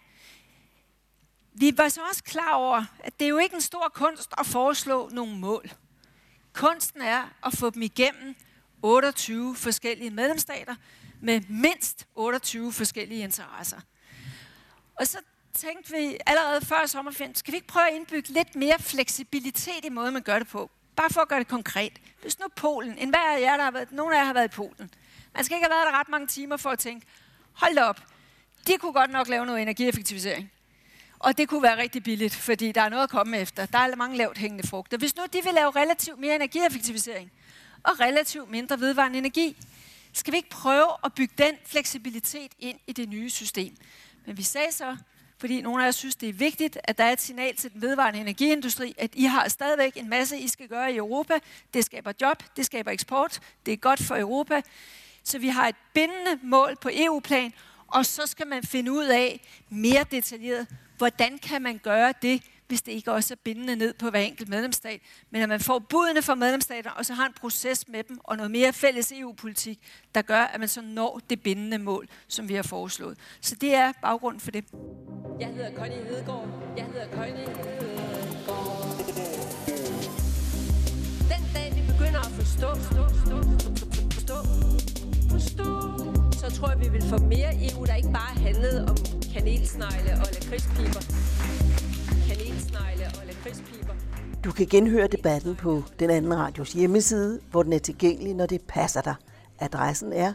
vi var så også klar over, at det er jo ikke en stor kunst at foreslå nogle mål. Kunsten er at få dem igennem 28 forskellige medlemsstater med mindst 28 forskellige interesser. Og så tænkte vi allerede før sommerferien, skal vi ikke prøve at indbygge lidt mere fleksibilitet i måden, man gør det på? Bare for at gøre det konkret. Hvis nu Polen, nogle af jer har været i Polen. Man skal ikke have været der ret mange timer for at tænke, hold da op, de kunne godt nok lave noget energieffektivisering. Og det kunne være rigtig billigt, fordi der er noget at komme efter. Der er mange lavt hængende frugter. Hvis nu de vil lave relativt mere energieffektivisering og relativt mindre vedvarende energi, skal vi ikke prøve at bygge den fleksibilitet ind i det nye system. Men vi sagde så, fordi nogle af os synes, det er vigtigt, at der er et signal til den vedvarende energiindustri, at I har stadigvæk en masse, I skal gøre i Europa. Det skaber job, det skaber eksport, det er godt for Europa. Så vi har et bindende mål på EU-plan, og så skal man finde ud af mere detaljeret, hvordan kan man gøre det, hvis det ikke også er bindende ned på hver enkelt medlemsstat, men at man får budene fra medlemsstater, og så har en proces med dem, og noget mere fælles EU-politik, der gør, at man så når det bindende mål, som vi har foreslået. Så det er baggrunden for det. Jeg hedder Connie Hedegaard. Den dag, vi begynder at forstå, så tror jeg, vi vil få mere EU, der ikke bare handlede om kanelsnegle og lakridspiber. Du kan genhøre debatten på Den Anden Radios hjemmeside, hvor den er tilgængelig, når det passer dig. Adressen er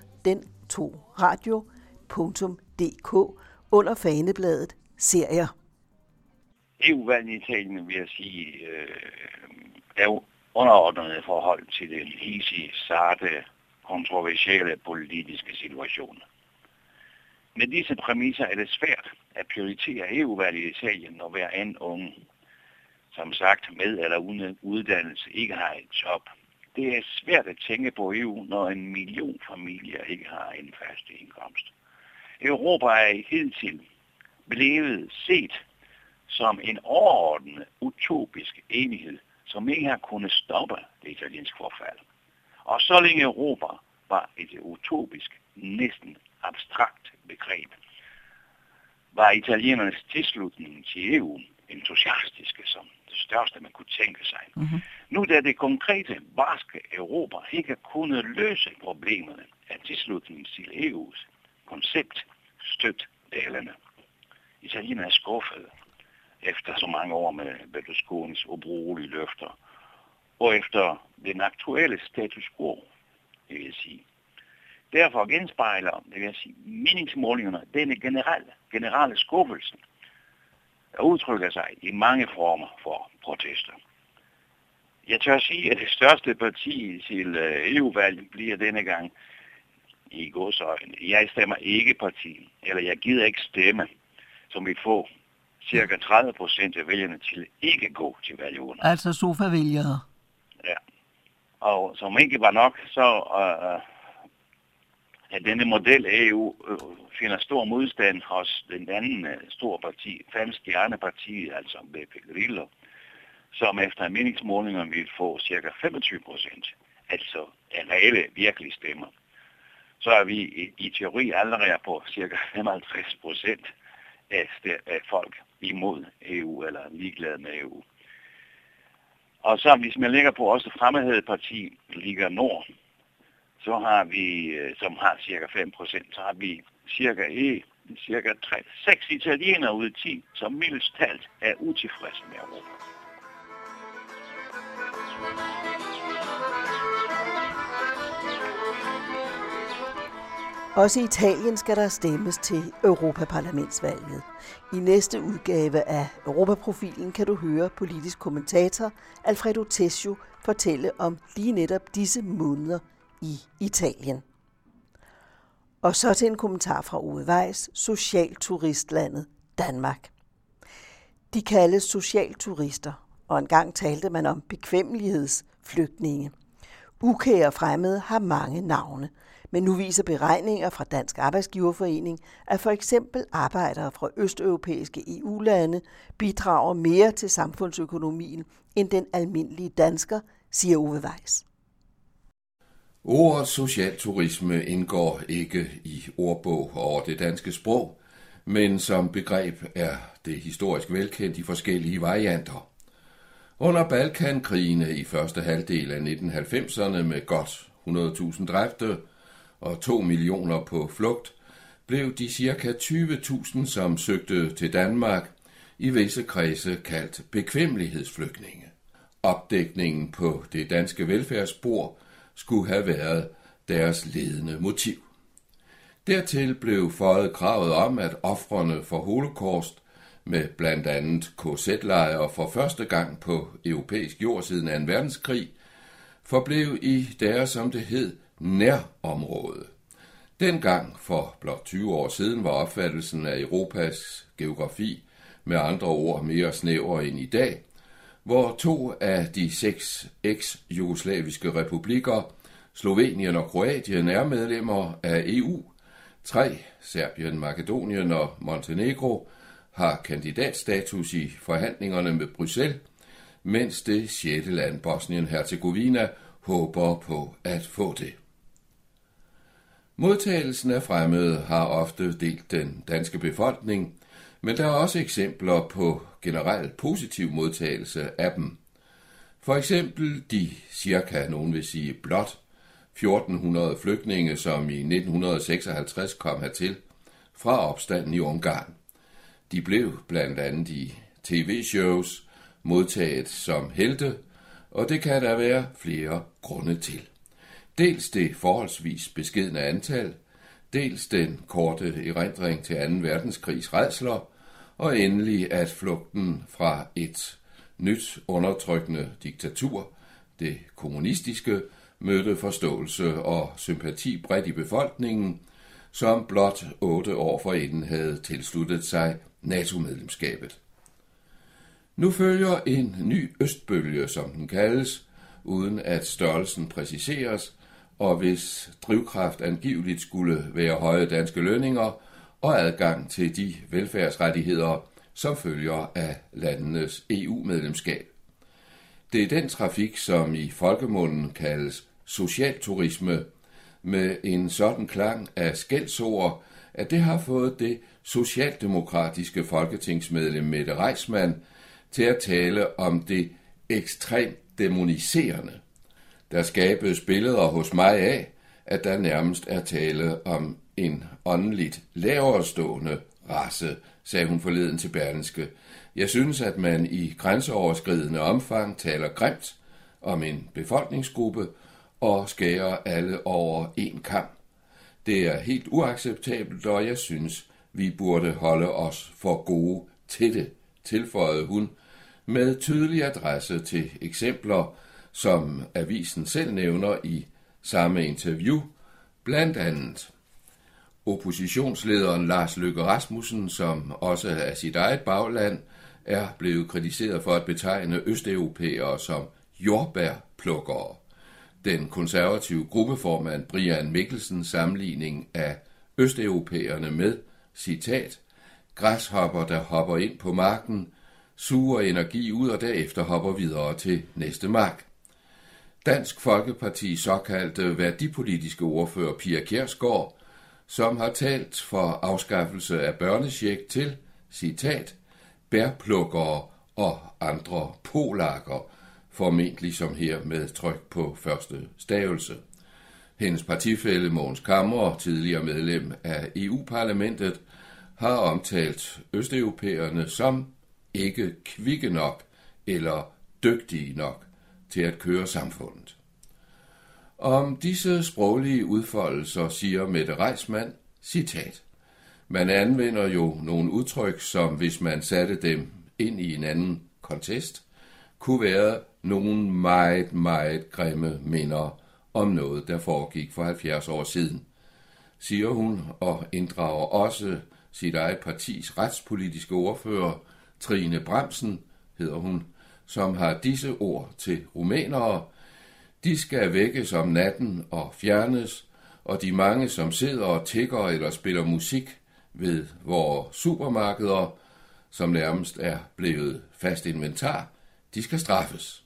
den2radio.dk under fanebladet Serier. EU-valget i Italien, vil jeg sige, er jo underordnet i forhold til den hissige, sarte, kontroversielle politiske situation. Med disse præmisser er det svært at prioritere EU-valget i Italien, når hver anden unge, som sagt med eller uden uddannelse, ikke har et job. Det er svært at tænke på EU, når 1 million familier ikke har en fast indkomst. Europa er hidtil blevet set som en overordnet utopisk enighed, som ikke har kunnet stoppe det italienske forfald. Og så længe Europa var et utopisk, næsten abstrakt begreb, var italienernes tilslutning til EU entusiastiske som det største, man kunne tænke sig. Nu da det konkrete barske Europa ikke kunne løse problemerne af tilslutningen til EU's koncept, støt delene. Italienerne er skuffede efter så mange år med Berlusconis ubrugelige løfter, og efter den aktuelle status quo, det vil sige. Derfor genspejler, det vil sige, meningsmålingerne denne generelle skuffelse, der udtrykker sig i mange former for protester. Jeg tør sige, at det største parti til EU-valget bliver denne gang i godsøjne. Jeg stemmer ikke parti, eller jeg gider ikke stemme, som vil få cirka 30% af vælgerne til ikke gå til valgurnen. Altså sofa-vælgere. Ja. Og som ikke var nok, så at denne model EU finder stor modstand hos den anden store parti, Femstjerneparti, altså Beppe Grillo, som efter meningsmålingerne vil få ca. 25%, altså af reelle virkelige stemmer. Så er vi i teori allerede på ca. 55% af folk imod EU eller ligeglade med EU. Og så hvis man lægger på også Fremhævet Parti, Liga Nord, så har vi, som har cirka 5%, så har vi cirka 6 italienere ud af 10, som mildest talt er utilfredse med Europa. Også i Italien skal der stemmes til Europaparlamentsvalget. I næste udgave af Europaprofilen kan du høre politisk kommentator Alfredo Tessio fortælle om lige netop disse måneder i Italien. Og så til en kommentar fra Ove Weiss, socialturistlandet Danmark. De kaldes socialturister, og engang talte man om bekvemmelighedsflygtninge. Ukære fremmede har mange navne, men nu viser beregninger fra Dansk Arbejdsgiverforening, at for eksempel arbejdere fra østeuropæiske EU-lande bidrager mere til samfundsøkonomien end den almindelige dansker, siger Ove Weiss. Ordet socialturisme indgår ikke i ordbog over det danske sprog, men som begreb er det historisk velkendt i forskellige varianter. Under Balkankrigene i første halvdel af 1990'erne med godt 100.000 dræbte og 2 millioner på flugt, blev de ca. 20.000, som søgte til Danmark, i visse kredse kaldt bekvemmelighedsflygtninge. Opdækningen på det danske velfærdsspor skulle have været deres ledende motiv. Dertil blev føjet kravet om, at ofrene for Holocaust med blandt andet KZ-lejre for første gang på europæisk jord siden 2. verdenskrig, forblev i deres, som det hed, nærområde. Dengang for blot 20 år siden var opfattelsen af Europas geografi med andre ord mere snæver end i dag, hvor 2 af de 6 eks-jugoslaviske republikker, Slovenien og Kroatien, er medlemmer af EU. 3, Serbien, Makedonien og Montenegro, har kandidatstatus i forhandlingerne med Bruxelles, mens det 6. land, Bosnien-Herzegovina, håber på at få det. Modtagelsen af fremmede har ofte delt den danske befolkning, men der er også eksempler på generelt positiv modtagelse af dem. For eksempel de cirka, nogen vil sige blot, 1400 flygtninge, som i 1956 kom hertil fra opstanden i Ungarn. De blev blandt andet i tv-shows modtaget som helte, og det kan der være flere grunde til. Dels det forholdsvis beskedne antal, dels den korte erindring til 2. verdenskrigs rædsler, og endelig at flugten fra et nyt undertrykkende diktatur, det kommunistiske, mødte forståelse og sympati bredt i befolkningen, som blot 8 år forinden havde tilsluttet sig NATO-medlemskabet. Nu følger en ny østbølge, som den kaldes, uden at størrelsen præciseres, og hvis drivkraft angiveligt skulle være høje danske lønninger og adgang til de velfærdsrettigheder, som følger af landenes EU-medlemskab. Det er den trafik, som i folkemunden kaldes socialturisme, med en sådan klang af skældsord, at det har fået det socialdemokratiske folketingsmedlem Mette Reissmann til at tale om det ekstremt dæmoniserende. Der skabes billeder hos mig af, at der nærmest er tale om en åndeligt laverestående race, sagde hun forleden til Berlingske. Jeg synes, at man i grænseoverskridende omfang taler grimt om en befolkningsgruppe og skærer alle over en kam. Det er helt uacceptabelt, og jeg synes, vi burde holde os for gode til det, tilføjede hun, med tydelig adresse til eksempler, som avisen selv nævner i samme interview, blandt andet oppositionslederen Lars Løkke Rasmussen, som også af sit eget bagland er blevet kritiseret for at betegne østeuropæere som jordbærplukkere. Den konservative gruppeformand Brian Mikkelsens sammenligning af østeuropæerne med, citat, græshopper, der hopper ind på marken, suger energi ud og derefter hopper videre til næste mark. Dansk Folkepartis såkaldte værdipolitiske ordfører Pia Kjærsgaard, som har talt for afskaffelse af børnecheck til, citat, bærplukkere og andre polakker, formentlig som her med tryk på første stavelse. Hendes partifælle Mogens Camre, tidligere medlem af EU-parlamentet, har omtalt østeuropæerne som ikke kvikke nok eller dygtige nok til at køre samfundet. Om disse sproglige udfoldelser siger Mette Reissmann, citat, man anvender jo nogle udtryk, som hvis man satte dem ind i en anden kontekst, kunne være nogle meget, meget grimme minder om noget, der foregik for 70 år siden, siger hun og inddrager også sit eget partis retspolitiske ordfører, Trine Bramsen, hedder hun, som har disse ord til rumænere. De skal vækkes om natten og fjernes, og de mange, som sidder og tigger eller spiller musik ved vores supermarkeder, som nærmest er blevet fast inventar, de skal straffes.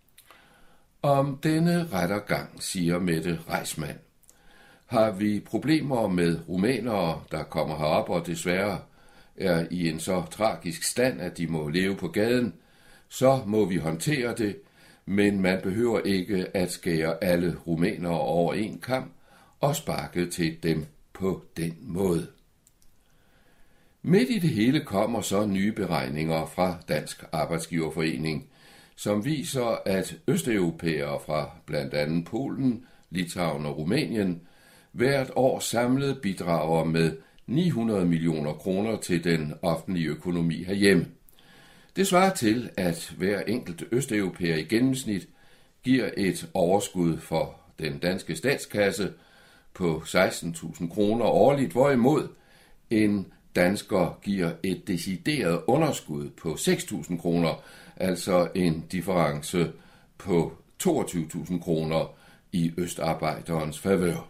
Om denne rettergang, siger Mette Reissmann, har vi problemer med rumænere, der kommer herop og desværre er i en så tragisk stand, at de må leve på gaden, så må vi håndtere det, men man behøver ikke at skære alle rumænere over en kam og sparke til dem på den måde. Midt i det hele kommer så nye beregninger fra Dansk Arbejdsgiverforening, som viser, at østeuropæere fra blandt andet Polen, Litauen og Rumænien hvert år samlet bidrager med 900 millioner kroner til den offentlige økonomi herhjemme. Det svarer til, at hver enkelt østeuropæer i gennemsnit giver et overskud for den danske statskasse på 16.000 kroner årligt, hvorimod en dansker giver et decideret underskud på 6.000 kroner, altså en difference på 22.000 kroner i østarbejderens favør.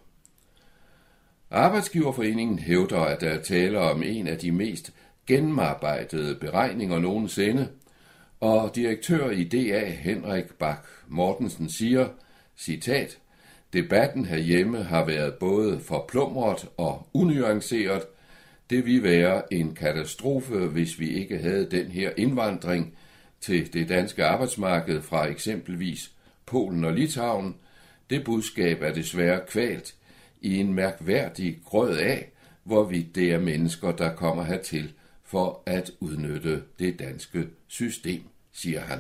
Arbejdsgiverforeningen hævder, at der taler om en af de mest gennemarbejdede beregninger nogensinde, og direktør i DA Henrik Bak Mortensen siger, citat, debatten herhjemme har været både forplumret og unuanceret. Det ville være en katastrofe, hvis vi ikke havde den her indvandring til det danske arbejdsmarked fra eksempelvis Polen og Litauen. Det budskab er desværre kvalt i en mærkværdig grød af, hvorvidt det er mennesker, der kommer hertil for at udnytte det danske system, siger han.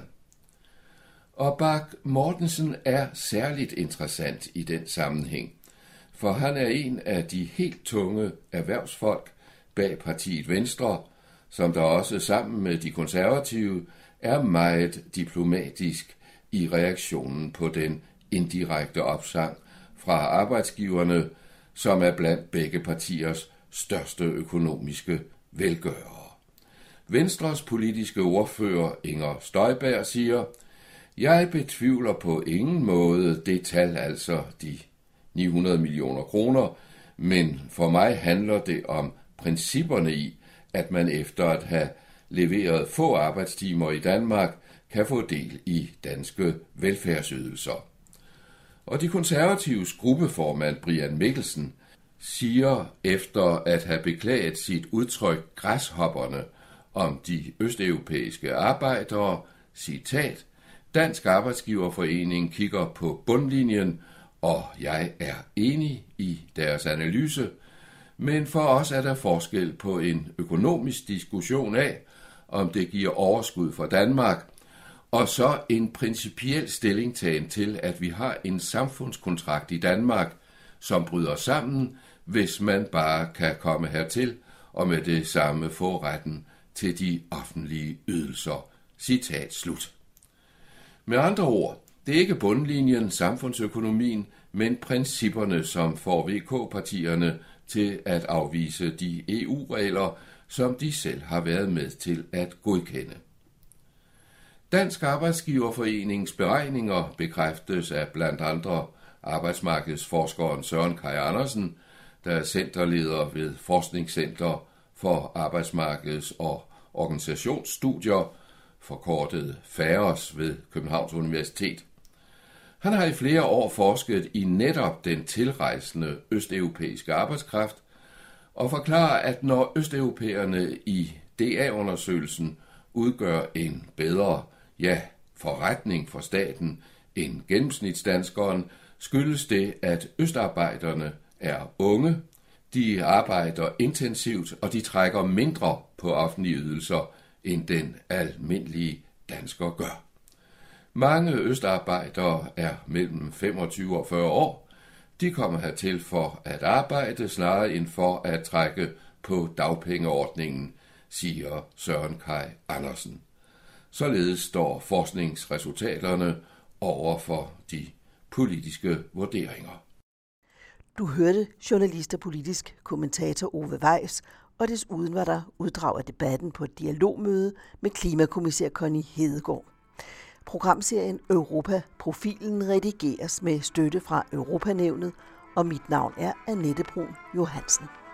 Og Bak Mortensen er særligt interessant i den sammenhæng, for han er en af de helt tunge erhvervsfolk bag partiet Venstre, som der også sammen med de konservative er meget diplomatisk i reaktionen på den indirekte opsang fra arbejdsgiverne, som er blandt begge partiers største økonomiske velgørere. Venstres politiske ordfører Inger Støjberg siger, jeg betvivler på ingen måde det tal, altså de 900 millioner kroner, men for mig handler det om principperne i, at man efter at have leveret få arbejdstimer i Danmark, kan få del i danske velfærdsydelser. Og de konservatives gruppeformand Brian Mikkelsen siger efter at have beklaget sit udtryk græshopperne om de østeuropæiske arbejdere, citat, Dansk Arbejdsgiverforening kigger på bundlinjen, og jeg er enig i deres analyse, men for os er der forskel på en økonomisk diskussion af, om det giver overskud for Danmark, og så en principiel stillingtagen til, at vi har en samfundskontrakt i Danmark, som bryder sammen, hvis man bare kan komme hertil og med det samme få retten til de offentlige ydelser. Citat slut. Med andre ord, det er ikke bundlinjen, samfundsøkonomien, men principperne, som får VK-partierne til at afvise de EU-regler, som de selv har været med til at godkende. Dansk Arbejdsgiverforenings beregninger bekræftes af blandt andre arbejdsmarkedsforskeren Søren Kaj Andersen, der er centerleder ved Forskningscenter for Arbejdsmarkeds- og Organisationsstudier, forkortet FAOS ved Københavns Universitet. Han har i flere år forsket i netop den tilrejsende østeuropæiske arbejdskraft og forklarer, at når østeuropæerne i DA-undersøgelsen udgør en bedre, forretning for staten end gennemsnitsdanskeren, skyldes det, at østarbejderne er unge, de arbejder intensivt, og de trækker mindre på offentlige ydelser, end den almindelige dansker gør. Mange østarbejdere er mellem 25 og 40 år. De kommer hertil for at arbejde, snarere end for at trække på dagpengeordningen, siger Søren Kaj Andersen. Således står forskningsresultaterne over for de politiske vurderinger. Du hørte journalist og politisk kommentator Ove Weiss, og desuden var der uddrag af debatten på et dialogmøde med klimakommissær Connie Hedegaard. Programserien Europa-profilen redigeres med støtte fra Europanævnet, og mit navn er Annette Brun Johansen.